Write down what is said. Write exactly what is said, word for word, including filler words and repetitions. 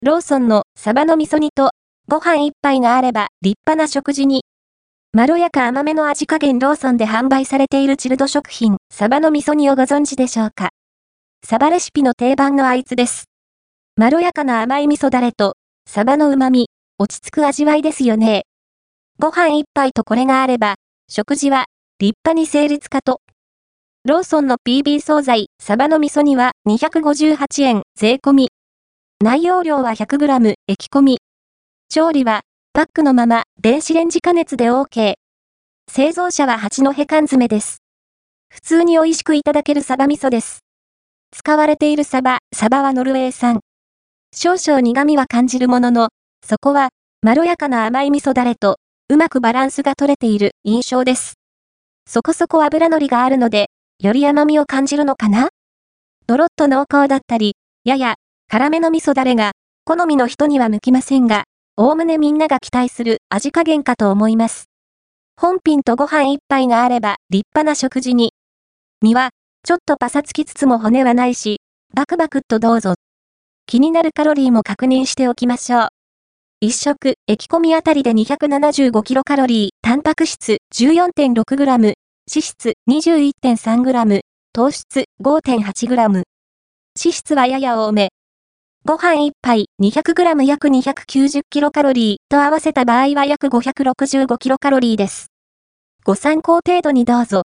ローソンのサバの味噌煮とご飯一杯があれば立派な食事に。まろやか甘めの味加減ローソンで販売されているチルド食品、サバの味噌煮をご存知でしょうか。サバレシピの定番のあいつです。まろやかな甘い味噌だれと、サバの旨味、落ち着く味わいですよね。ご飯一杯とこれがあれば、食事は立派に成立かと。ローソンの ピービー 惣菜、サバの味噌煮はにひゃくごじゅうはちえん、税込み。内容量は ひゃくグラム、液込み。調理は、パックのまま、電子レンジ加熱で OK。製造者は八戸缶詰です。普通に美味しくいただけるサバ味噌です。使われているサバ、サバはノルウェー産。少々苦味は感じるものの、そこは、まろやかな甘い味噌だれと、うまくバランスが取れている印象です。そこそこ脂のりがあるので、より甘みを感じるのかな？ドロッと濃厚だったり、やや、辛めの味噌だれが、好みの人には向きませんが、おおむねみんなが期待する味加減かと思います。本品とご飯一杯があれば立派な食事に。身は、ちょっとパサつきつつも骨はないし、バクバクっとどうぞ。気になるカロリーも確認しておきましょう。一食、液込みあたりで にひゃくななじゅうごキロカロリー、タンパク質 じゅうよんてんろくグラム、脂質 にじゅういってんさんグラム、糖質 ごてんはちグラム。脂質はやや多め。ご飯一杯 にひゃくグラム 約にひゃくきゅうじゅうキロカロリーと合わせた場合は約ごひゃくろくじゅうごキロカロリーです。ご参考程度にどうぞ。